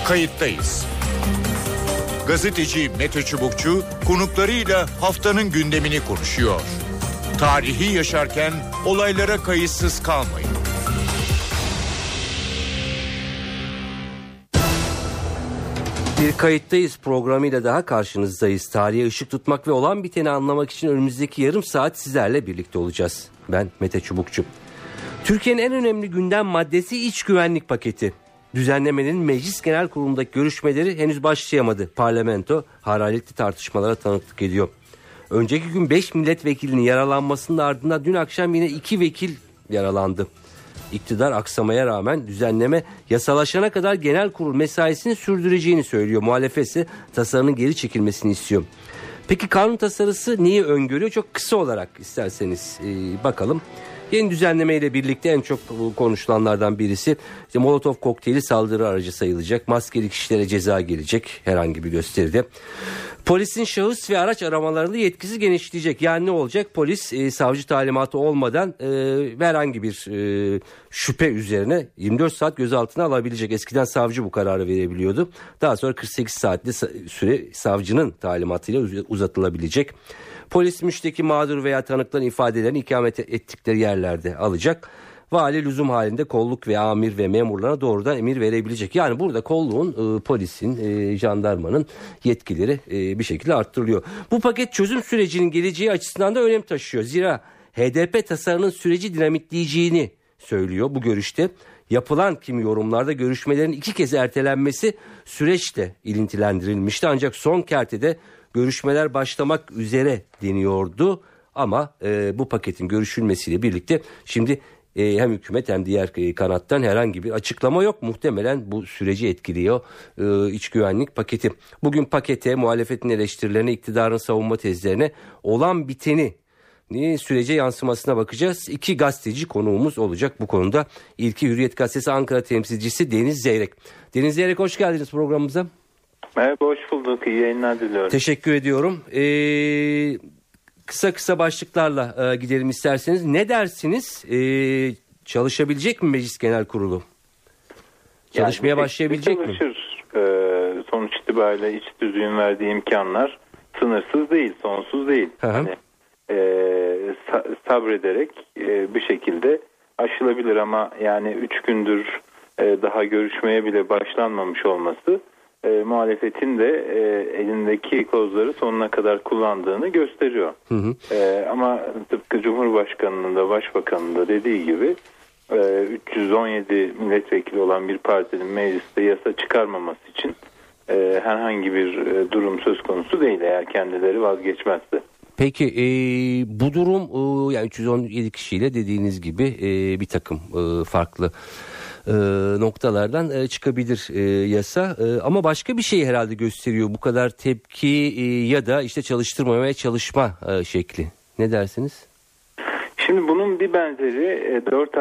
Kayıttayız. Gazeteci Mete Çubukçu konuklarıyla haftanın gündemini konuşuyor. Tarihi yaşarken olaylara kayıtsız kalmayın. Bir Kayıttayız programıyla daha karşınızdayız. Tarihe ışık tutmak ve olan biteni anlamak için önümüzdeki yarım saat sizlerle birlikte olacağız. Ben Mete Çubukçu. Türkiye'nin en önemli gündem maddesi iç güvenlik paketi. Düzenlemenin Meclis Genel Kurulu'ndaki görüşmeleri henüz başlayamadı. Parlamento hararetli tartışmalara tanıklık ediyor. Önceki gün 5 milletvekilinin yaralanmasının ardından dün akşam yine 2 vekil yaralandı. İktidar aksamaya rağmen düzenleme yasalaşana kadar genel kurul mesaisini sürdüreceğini söylüyor. Muhalefet ise tasarının geri çekilmesini istiyor. Peki kanun tasarısı neyi öngörüyor? Çok kısa olarak isterseniz bakalım. Yeni düzenleme ile birlikte en çok konuşulanlardan birisi işte Molotov kokteyli saldırı aracı sayılacak. Maskeli kişilere ceza gelecek herhangi bir gösteride. Polisin şahıs ve araç aramalarında yetkisi genişleyecek. Yani ne olacak? Polis savcı talimatı olmadan herhangi bir şüphe üzerine 24 saat gözaltına alabilecek. Eskiden savcı bu kararı verebiliyordu. Daha sonra 48 saatli süre savcının talimatıyla uzatılabilecek. Polis müşteki mağdur veya tanıkların ifadelerini ikamet ettikleri yerlerde alacak. Vali lüzum halinde kolluk ve amir ve memurlarına doğrudan emir verebilecek. Yani burada kolluğun, polisin, jandarmanın yetkileri bir şekilde arttırılıyor. Bu paket çözüm sürecinin geleceği açısından da önem taşıyor. Zira HDP tasarının süreci dinamitleyeceğini söylüyor bu görüşte. Yapılan kimi yorumlarda görüşmelerin 2 kez ertelenmesi süreçle ilintilendirilmişti. Ancak son kertede görüşmeler başlamak üzere deniyordu. Ama bu paketin görüşülmesiyle birlikte şimdi hem hükümet hem diğer kanattan herhangi bir açıklama yok. Muhtemelen bu süreci etkiliyor iç güvenlik paketi. Bugün pakete, muhalefetin eleştirilerine, iktidarın savunma tezlerine, olan biteni sürece yansımasına bakacağız. 2 gazeteci konuğumuz olacak bu konuda. İlki Hürriyet Gazetesi Ankara temsilcisi Deniz Zeyrek. Deniz Zeyrek, hoş geldiniz programımıza. Merhaba, hoş bulduk. İyi yayınlar diliyorum. Teşekkür ediyorum. Kısa başlıklarla gidelim isterseniz. Ne dersiniz? Çalışabilecek mi Meclis Genel Kurulu? Çalışmaya başlayabilecek mi? Çalışır. Sonuç itibariyle iç tüzüğün verdiği imkanlar sınırsız değil, sonsuz değil. Hani, sabrederek bir şekilde aşılabilir ama yani 3 gündür daha görüşmeye bile başlanmamış olması muhalefetin de elindeki kozları sonuna kadar kullandığını gösteriyor. Ama tıpkı Cumhurbaşkanı'nın da Başbakanı'nın da dediği gibi 317 milletvekili olan bir partinin mecliste yasa çıkarmaması için herhangi bir durum söz konusu değil eğer kendileri vazgeçmezse. Peki bu durum yani 317 kişiyle dediğiniz gibi bir takım farklı noktalardan çıkabilir yasa ama başka bir şey herhalde gösteriyor bu kadar tepki ya da işte çalıştırmamaya çalışma şekli. Ne dersiniz? Şimdi bunun bir benzeri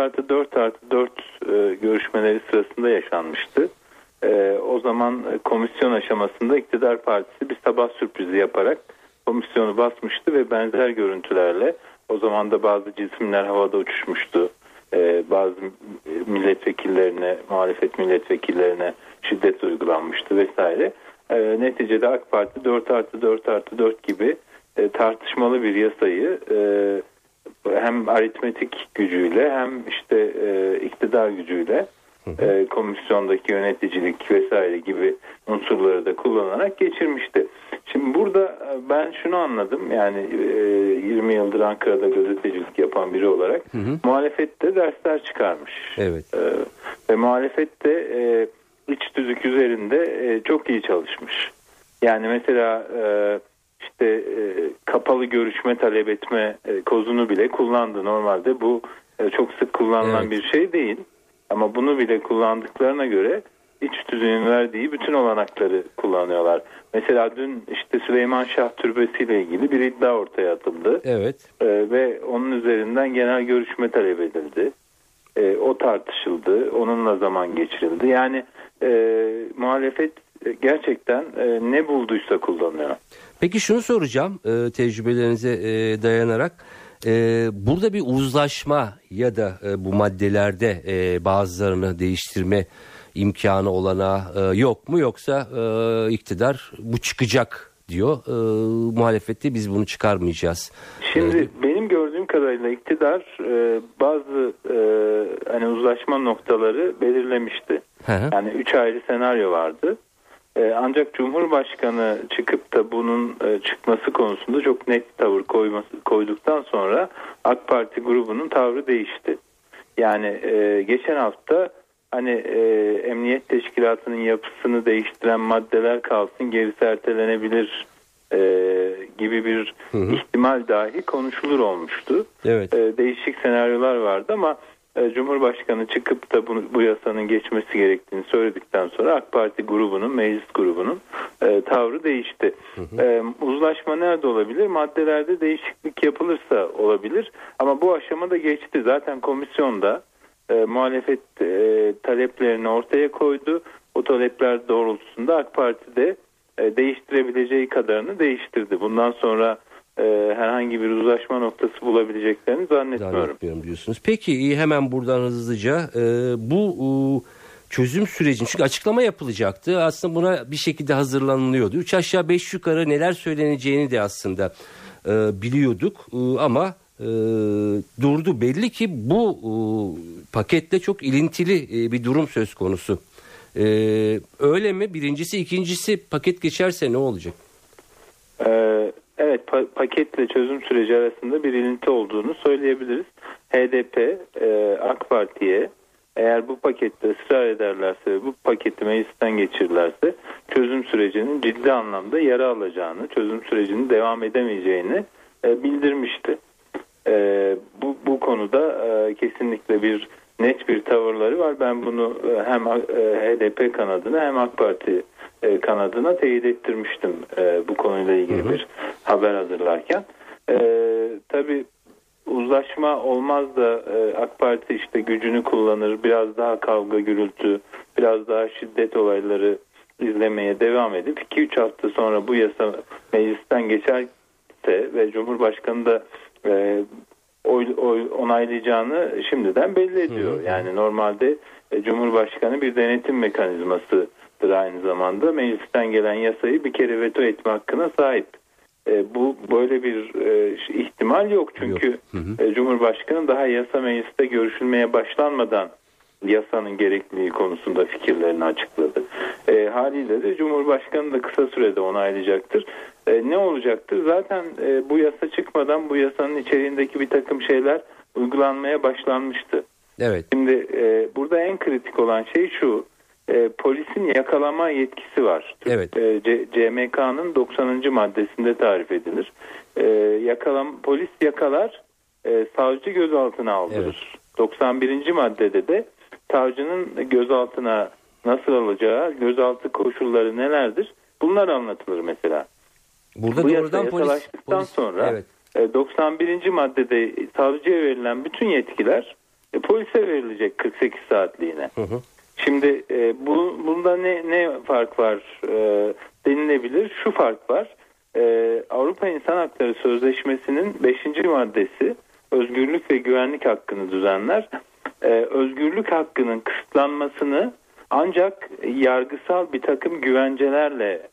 4+4+4 görüşmeleri sırasında yaşanmıştı. O zaman komisyon aşamasında iktidar partisi bir sabah sürprizi yaparak komisyonu basmıştı ve benzer görüntülerle o zaman da bazı cisimler havada uçuşmuştu. Bazı milletvekillerine, muhalefet milletvekillerine şiddet uygulanmıştı vesaire. Neticede AK Parti 4+4+4 gibi tartışmalı bir yasayı hem aritmetik gücüyle hem işte iktidar gücüyle komisyondaki yöneticilik vesaire gibi unsurları da kullanarak geçirmişti. Şimdi burada ben şunu anladım, yani 20 yıldır Ankara'da gazetecilik yapan biri olarak muhalefet de dersler çıkarmış. Evet. Ve muhalefet de iç tüzük üzerinde çok iyi çalışmış. Yani mesela işte kapalı görüşme talep etme kozunu bile kullandı. Normalde bu çok sık kullanılan bir şey değil. Ama bunu bile kullandıklarına göre iç tüzüğün verdiği bütün olanakları kullanıyorlar. Mesela dün işte Süleyman Şah Türbesi ile ilgili bir iddia ortaya atıldı. Evet. Ve onun üzerinden genel görüşme talep edildi. O tartışıldı. Onunla zaman geçirildi. Yani muhalefet gerçekten ne bulduysa kullanıyor. Peki şunu soracağım tecrübelerinize dayanarak. Burada bir uzlaşma ya da bu maddelerde bazılarını değiştirme imkanı olana yok mu, yoksa iktidar bu çıkacak diyor, muhalefette biz bunu çıkarmayacağız. Şimdi benim gördüğüm kadarıyla iktidar bazı hani uzlaşma noktaları belirlemişti. Yani 3 ayrı senaryo vardı. Ancak Cumhurbaşkanı çıkıp da bunun çıkması konusunda çok net tavır koyduktan sonra AK Parti grubunun tavrı değişti. Yani geçen hafta hani Emniyet Teşkilatı'nın yapısını değiştiren maddeler kalsın, gerisi ertelenebilir gibi bir ihtimal dahi konuşulur olmuştu. Evet. Değişik senaryolar vardı ama Cumhurbaşkanı çıkıp da bu yasanın geçmesi gerektiğini söyledikten sonra AK Parti grubunun, meclis grubunun tavrı değişti. Uzlaşma nerede olabilir? Maddelerde değişiklik yapılırsa olabilir. Ama bu aşamada geçti. Zaten komisyonda muhalefet taleplerini ortaya koydu. O talepler doğrultusunda AK Parti de değiştirebileceği kadarını değiştirdi. Bundan sonra herhangi bir uzlaşma noktası bulabileceklerini zannetmiyorum diyorsunuz. Peki hemen buradan hızlıca bu çözüm sürecin, çünkü açıklama yapılacaktı. Aslında buna bir şekilde hazırlanılıyordu. 3 aşağı 5 yukarı neler söyleneceğini de aslında biliyorduk ama durdu. Belli ki bu paketle çok ilintili bir durum söz konusu. Öyle mi? Birincisi. İkincisi, paket geçerse ne olacak? Evet, paketle çözüm süreci arasında bir ilinti olduğunu söyleyebiliriz. HDP AK Parti'ye eğer bu pakette ısrar ederlerse ve bu paketi meclisten geçirirlerse çözüm sürecinin ciddi anlamda yara alacağını, çözüm sürecinin devam edemeyeceğini bildirmişti. Bu konuda kesinlikle bir net bir tavırları var. Ben bunu hem HDP kanadına hem AK Parti kanadına teyit ettirmiştim bu konuyla ilgili bir haber hazırlarken. Tabii uzlaşma olmaz da AK Parti işte gücünü kullanır, biraz daha kavga gürültü, biraz daha şiddet olayları izlemeye devam edip 2-3 hafta sonra bu yasa meclisten geçerse ve Cumhurbaşkanı da onaylayacağını şimdiden belli ediyor. Yani normalde Cumhurbaşkanı bir denetim mekanizmasıdır aynı zamanda. Meclisten gelen yasayı bir kere veto etme hakkına sahip. Bu böyle bir ihtimal yok. Çünkü Cumhurbaşkanı daha yasa mecliste görüşülmeye başlanmadan yasanın gerekliliği konusunda fikirlerini açıkladı. Haliyle de Cumhurbaşkanı da kısa sürede onaylayacaktır. Ne olacaktır? Zaten bu yasa çıkmadan bu yasanın içeriğindeki bir takım şeyler uygulanmaya başlanmıştı. Evet. Şimdi burada en kritik olan şey şu. Polisin yakalama yetkisi var. Evet. CMK'nın 90. maddesinde tarif edilir. Polis yakalar, savcı gözaltına aldırır. Evet. 91. maddede de savcının gözaltına nasıl alacağı, gözaltı koşulları nelerdir? Bunlar anlatılır mesela. Burada bu doğrudan polis sonra evet. 91. maddede savcıya verilen bütün yetkiler polise verilecek 48 saatliğine. Şimdi bunda ne fark var denilebilir? Şu fark var. Avrupa İnsan Hakları Sözleşmesi'nin 5. maddesi özgürlük ve güvenlik hakkını düzenler. Özgürlük hakkının kısıtlanmasını ancak yargısal bir takım güvencelerle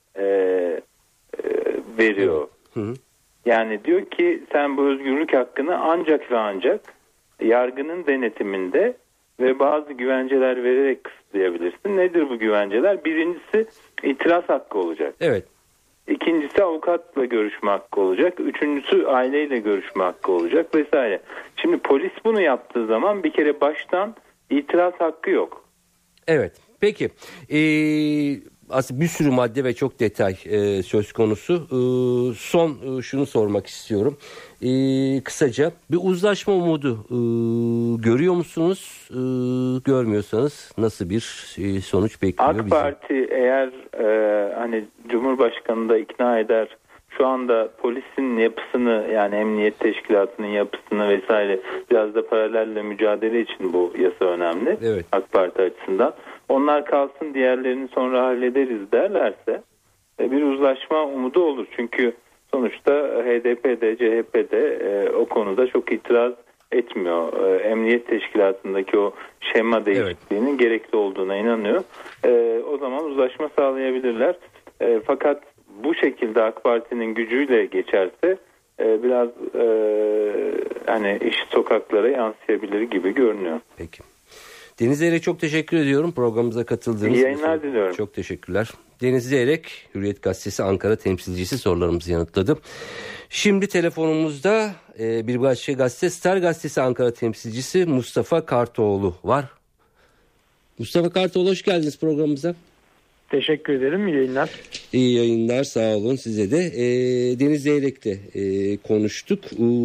veriyor. Yani diyor ki sen bu özgürlük hakkını ancak ve ancak yargının denetiminde ve bazı güvenceler vererek kısıtlayabilirsin. Nedir bu güvenceler? Birincisi itiraz hakkı olacak. Evet. İkincisi avukatla görüşme hakkı olacak. Üçüncüsü aileyle görüşme hakkı olacak vesaire. Şimdi polis bunu yaptığı zaman bir kere baştan itiraz hakkı yok. Evet. Peki. Aslında bir sürü madde ve çok detay söz konusu. Son şunu sormak istiyorum. Kısaca bir uzlaşma umudu görüyor musunuz? Görmüyorsanız nasıl bir sonuç bekliyor bizi? AK Parti eğer hani Cumhurbaşkanı da ikna eder, şu anda polisin yapısını, yani emniyet teşkilatının yapısını vesaire biraz da paralelle mücadele için bu yasa önemli. Evet. AK Parti açısından. Onlar kalsın, diğerlerini sonra hallederiz derlerse bir uzlaşma umudu olur. Çünkü sonuçta HDP'de, CHP'de o konuda çok itiraz etmiyor. Emniyet teşkilatındaki o şema değişikliğinin gerekli olduğuna inanıyor. O zaman uzlaşma sağlayabilirler. Fakat bu şekilde AK Parti'nin gücüyle geçerse biraz hani iş sokaklara yansıyabilir gibi görünüyor. Peki. Deniz Zeyrek çok teşekkür ediyorum programımıza katıldığınız için. İyi yayınlar diliyorum. Çok teşekkürler. Deniz Zeyrek, Hürriyet Gazetesi Ankara temsilcisi sorularımızı yanıtladı. Şimdi telefonumuzda bir başka gazete Star Gazetesi Ankara temsilcisi Mustafa Kartoğlu var. Mustafa Kartoğlu, hoş geldiniz programımıza. Teşekkür ederim. İyi yayınlar. İyi yayınlar, sağ olun size de. Deniz Zeyrek'le konuştuk.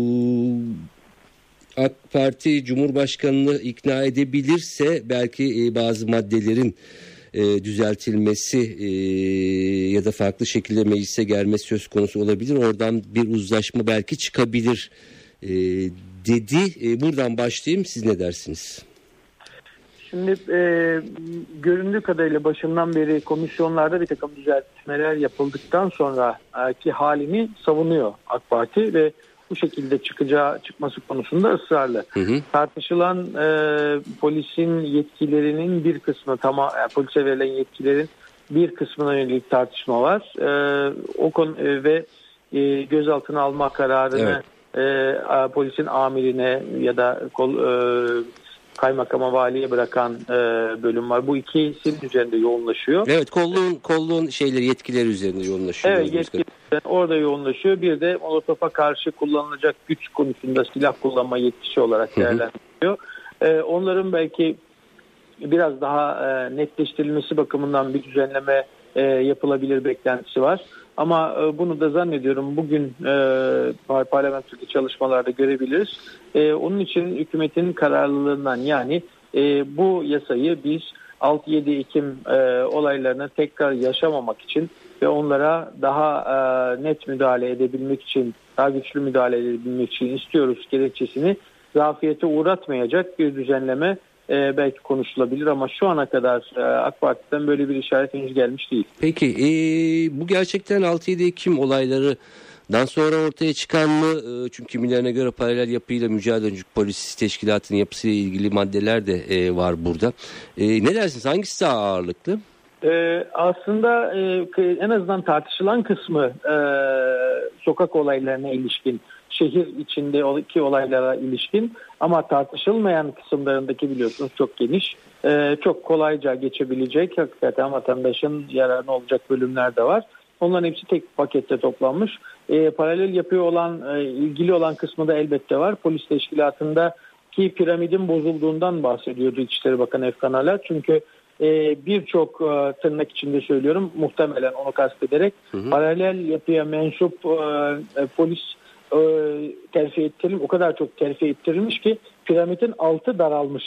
AK Parti Cumhurbaşkanı'nı ikna edebilirse belki bazı maddelerin düzeltilmesi ya da farklı şekilde meclise gelmesi söz konusu olabilir. Oradan bir uzlaşma belki çıkabilir dedi. Buradan başlayayım. Siz ne dersiniz? Şimdi göründüğü kadarıyla başından beri komisyonlarda bir takım düzeltmeler yapıldıktan sonraki halini savunuyor AK Parti ve bu şekilde çıkması konusunda ısrarlı. Tartışılan polisin yetkilerinin bir kısmı, polise verilen yetkilerin bir kısmına yönelik tartışma var. O konu ve gözaltına alma kararını polisin amirine ya da kaymakama, valiye bırakan bölüm var. Bu ikisinin üzerinde yoğunlaşıyor. Evet, kolluğun yetkileri üzerinde yoğunlaşıyor. Evet, yetkiler orada yoğunlaşıyor. Bir de Molotof'a karşı kullanılacak güç konusunda silah kullanma yetkisi olarak değerlendiriliyor. Onların belki biraz daha netleştirilmesi bakımından bir düzenleme yapılabilir beklentisi var. Ama bunu da zannediyorum bugün parlamentodaki çalışmalarda görebiliriz. Onun için hükümetin kararlılığından, yani bu yasayı biz 6-7 Ekim olaylarını tekrar yaşamamak için ve onlara daha net müdahale edebilmek için, daha güçlü müdahale edebilmek için istiyoruz gerekçesini zafiyete uğratmayacak bir düzenleme belki konuşulabilir ama şu ana kadar AK Parti'den böyle bir işaret henüz gelmiş değil. Peki bu gerçekten 6-7 Ekim olaylarından sonra ortaya çıkan mı? Çünkü kimilerine göre paralel yapıyla mücadele polis teşkilatının yapısıyla ilgili maddeler de var burada. Ne dersiniz? Hangisi daha ağırlıklı? Aslında en azından tartışılan kısmı sokak olaylarına ilişkin, şehir içindeki olaylara ilişkin, ama tartışılmayan kısımlarındaki biliyorsunuz çok geniş, çok kolayca geçebilecek, hakikaten vatandaşın yararına olacak bölümler de var. Onların hepsi tek pakette toplanmış. Paralel yapıya olan, ilgili olan kısmı da elbette var. Polis teşkilatındaki piramidin bozulduğundan bahsediyordu İçişleri Bakanı Efkan Ala. Çünkü birçok tırnak içinde söylüyorum, muhtemelen onu kastederek paralel yapıya mensup polis terfi ettirilmiş, o kadar çok terfi ettirilmiş ki piramidin altı daralmış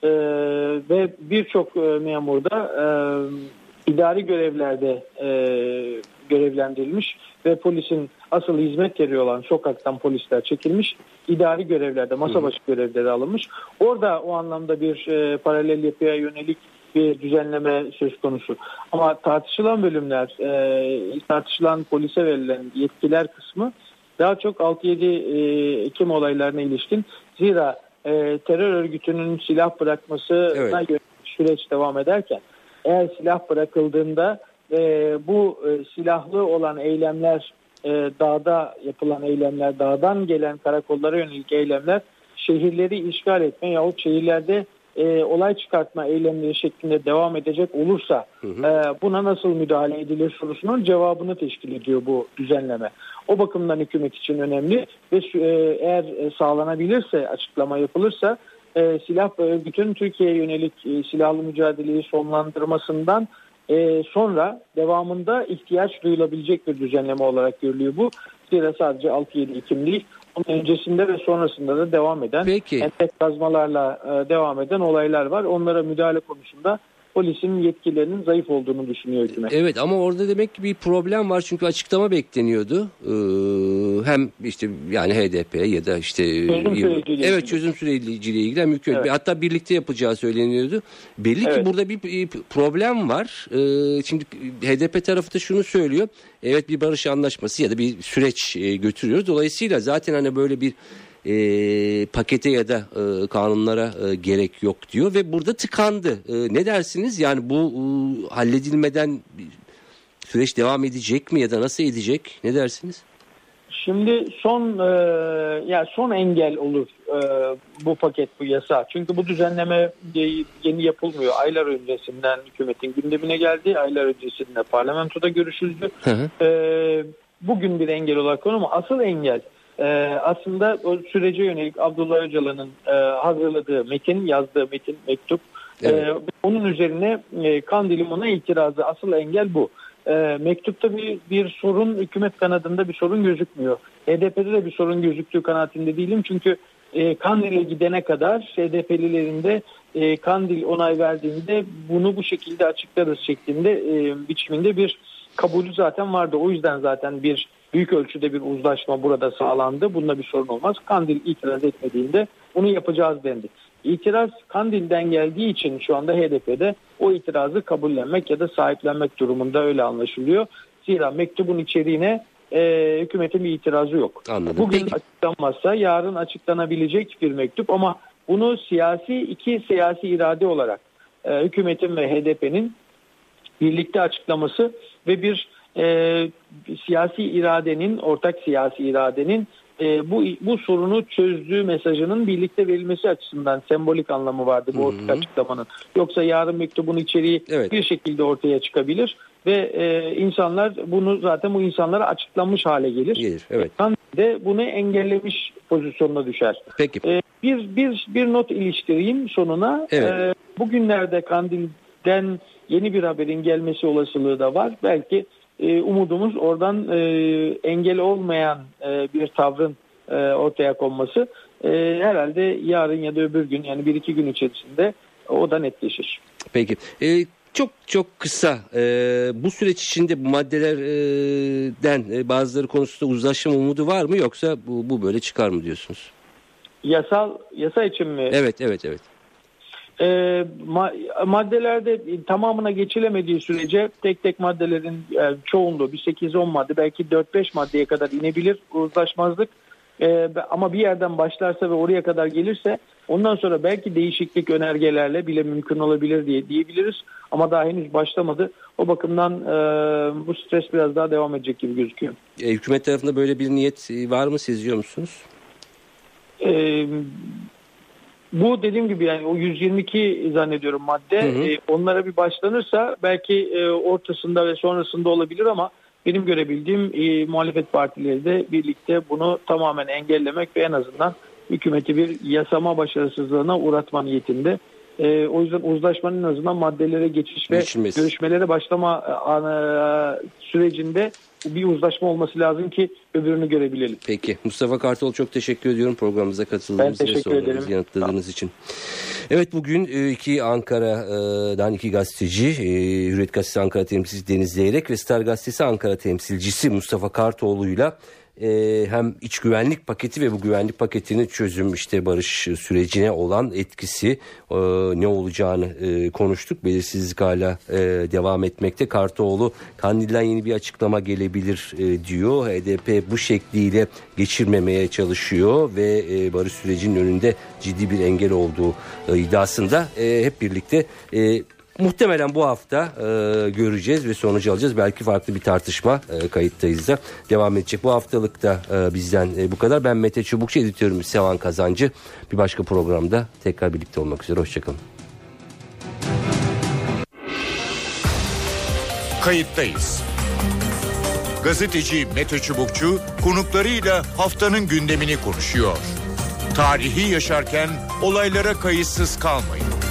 ve birçok memur da idari görevlerde görevlendirilmiş ve polisin asıl hizmet yeri olan sokaktan polisler çekilmiş, idari görevlerde, masa başı görevleri alınmış. Orada o anlamda bir paralel yapıya yönelik bir düzenleme söz konusu. Ama tartışılan bölümler, tartışılan polise verilen yetkiler kısmı daha çok 6-7 Ekim olaylarına ilişkin. Zira terör örgütünün silah bırakmasına yönelik süreç devam ederken, eğer silah bırakıldığında bu silahlı olan eylemler, dağda yapılan eylemler, dağdan gelen karakollara yönelik eylemler, şehirleri işgal etme yahut şehirlerde olay çıkartma eylemleri şeklinde devam edecek olursa buna nasıl müdahale edilir sorusunun cevabını teşkil ediyor bu düzenleme. O bakımdan hükümet için önemli ve eğer sağlanabilirse, açıklama yapılırsa silah örgütünün Türkiye'ye yönelik silahlı mücadeleyi sonlandırmasından sonra devamında ihtiyaç duyulabilecek bir düzenleme olarak görülüyor bu. Zira sadece 6-7 Ekim değil, onun öncesinde ve sonrasında da devam eden, entek kazmalarla devam eden olaylar var. Onlara müdahale konusunda polisin yetkilerinin zayıf olduğunu düşünüyor hükümet. Evet, ama orada demek ki bir problem var çünkü açıklama bekleniyordu. Hem işte yani HDP ya da işte çözüm süreciyle ilgili hem hükümet, evet, hatta birlikte yapacağı söyleniyordu. Belli ki burada bir problem var. Şimdi HDP tarafı da şunu söylüyor. Evet, bir barış anlaşması ya da bir süreç götürüyoruz. Dolayısıyla zaten hani böyle bir pakete ya da kanunlara gerek yok diyor ve burada tıkandı. Ne dersiniz? Yani bu halledilmeden süreç devam edecek mi ya da nasıl edecek? Ne dersiniz? Şimdi son engel olur bu paket, bu yasa. Çünkü bu düzenleme yeni yapılmıyor. Aylar öncesinden hükümetin gündemine geldi. Aylar öncesinde parlamentoda görüşüldü. Bugün bir engel olarak konu, ama asıl engel aslında o sürece yönelik Abdullah Öcalan'ın hazırladığı metin, yazdığı mektup. Evet. Onun üzerine Kandil'in ona itirazı, asıl engel bu. Mektupta bir sorun, hükümet kanadında bir sorun gözükmüyor. HDP'de de bir sorun gözüktüğü kanaatinde değilim. Çünkü Kandil'e gidene kadar HDP'lilerin de Kandil onay verdiğinde bunu bu şekilde açıklarız şeklinde biçiminde bir kabulü zaten vardı. O yüzden zaten büyük ölçüde bir uzlaşma burada sağlandı. Bunda bir sorun olmaz. Kandil itiraz etmediğinde bunu yapacağız dendi. İtiraz Kandil'den geldiği için şu anda HDP'de o itirazı kabullenmek ya da sahiplenmek durumunda, öyle anlaşılıyor. Zira mektubun içeriğine hükümetin bir itirazı yok. Anladım. Bugün açıklanmazsa yarın açıklanabilecek bir mektup, ama bunu iki siyasi irade olarak hükümetin ve HDP'nin birlikte açıklaması ve bir ortak siyasi iradenin bu sorunu çözdüğü mesajının birlikte verilmesi açısından sembolik anlamı vardı bu ortak açıklamanın. Yoksa yarın mektubun içeriği bir şekilde ortaya çıkabilir ve bu insanlara açıklanmış hale gelir. Evet. De bunu engellemiş pozisyonuna düşer. Peki. Bir not iliştireyim sonuna. Evet. Bugünlerde Kandil'den yeni bir haberin gelmesi olasılığı da var. Belki umudumuz oradan engel olmayan bir tavrın ortaya konması. Herhalde yarın ya da öbür gün, yani 1-2 gün içerisinde o da netleşir. Peki. Çok kısa, bu süreç içinde bu maddelerden bazıları konusunda uzlaşma umudu var mı, yoksa bu böyle çıkar mı diyorsunuz? Yasa için mi? Evet. Maddelerde tamamına geçilemediği sürece tek maddelerin çoğunluğu, bir 8-10 madde, belki 4-5 maddeye kadar inebilir uzlaşmazlık. Ama bir yerden başlarsa ve oraya kadar gelirse ondan sonra belki değişiklik önergelerle bile mümkün olabilir diyebiliriz. Ama daha henüz başlamadı. O bakımdan bu stres biraz daha devam edecek gibi gözüküyor. Hükümet tarafında böyle bir niyet var mı, seziyor musunuz? Bu dediğim gibi, yani o 122 zannediyorum madde, onlara bir başlanırsa belki ortasında ve sonrasında olabilir, ama benim görebildiğim muhalefet partileri de birlikte bunu tamamen engellemek ve en azından hükümeti bir yasama başarısızlığına uğratma niyetinde. O yüzden uzlaşmanın en azından maddelere geçiş ve görüşmelere başlama sürecinde bir uzlaşma olması lazım ki öbürünü görebilelim. Peki. Mustafa Kartal, çok teşekkür ediyorum programımıza katıldığınız ve sorularınızı yanıtladığınız için. Evet, bugün Ankara'dan iki gazeteci, Hürriyet Gazetesi Ankara temsilcisi Deniz Zeyrek ve Star Gazetesi Ankara temsilcisi Mustafa Kartoğlu'yla hem iç güvenlik paketi ve bu güvenlik paketinin çözüm, barış sürecine olan etkisi, ne olacağını konuştuk. Belirsizlik hala devam etmekte. Kartoğlu, Kandil'den yeni bir açıklama gelebilir diyor. HDP bu şekliyle geçirmemeye çalışıyor ve barış sürecinin önünde ciddi bir engel olduğu iddiasında. Hep birlikte muhtemelen bu hafta göreceğiz ve sonucu alacağız. Belki farklı bir tartışma kayıttayız da devam edecek. Bu haftalık da bizden bu kadar. Ben Mete Çubukçu, editörümüz Sevan Kazancı. Bir başka programda tekrar birlikte olmak üzere. Hoşçakalın. Kayıttayız. Gazeteci Mete Çubukçu konuklarıyla haftanın gündemini konuşuyor. Tarihi yaşarken olaylara kayıtsız kalmayın.